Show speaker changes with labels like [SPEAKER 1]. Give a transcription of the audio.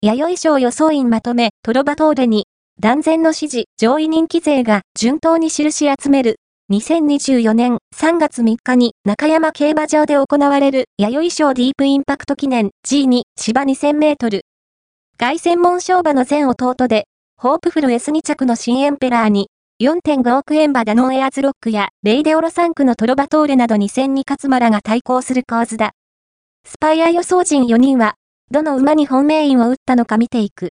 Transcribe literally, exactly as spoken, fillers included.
[SPEAKER 1] 弥生賞予想員まとめ、トロバトーレに、断然の支持、上位人気勢が順当に印集める。にせんにじゅうよねんさんがつみっかに中山競馬場で行われる弥生賞ディープインパクト記念 ジーツー 芝にせんメートル。凱旋門賞馬の前弟で、ホープフル エスに 着の新エンペラーに、よんてんごおく円馬ダノンエアーズロックやレイデオロさん区のトロバトーレなどに戦に勝馬らが対抗する構図だ。スパイア予想陣よにんは、どの馬に本命員を打ったのか見ていく。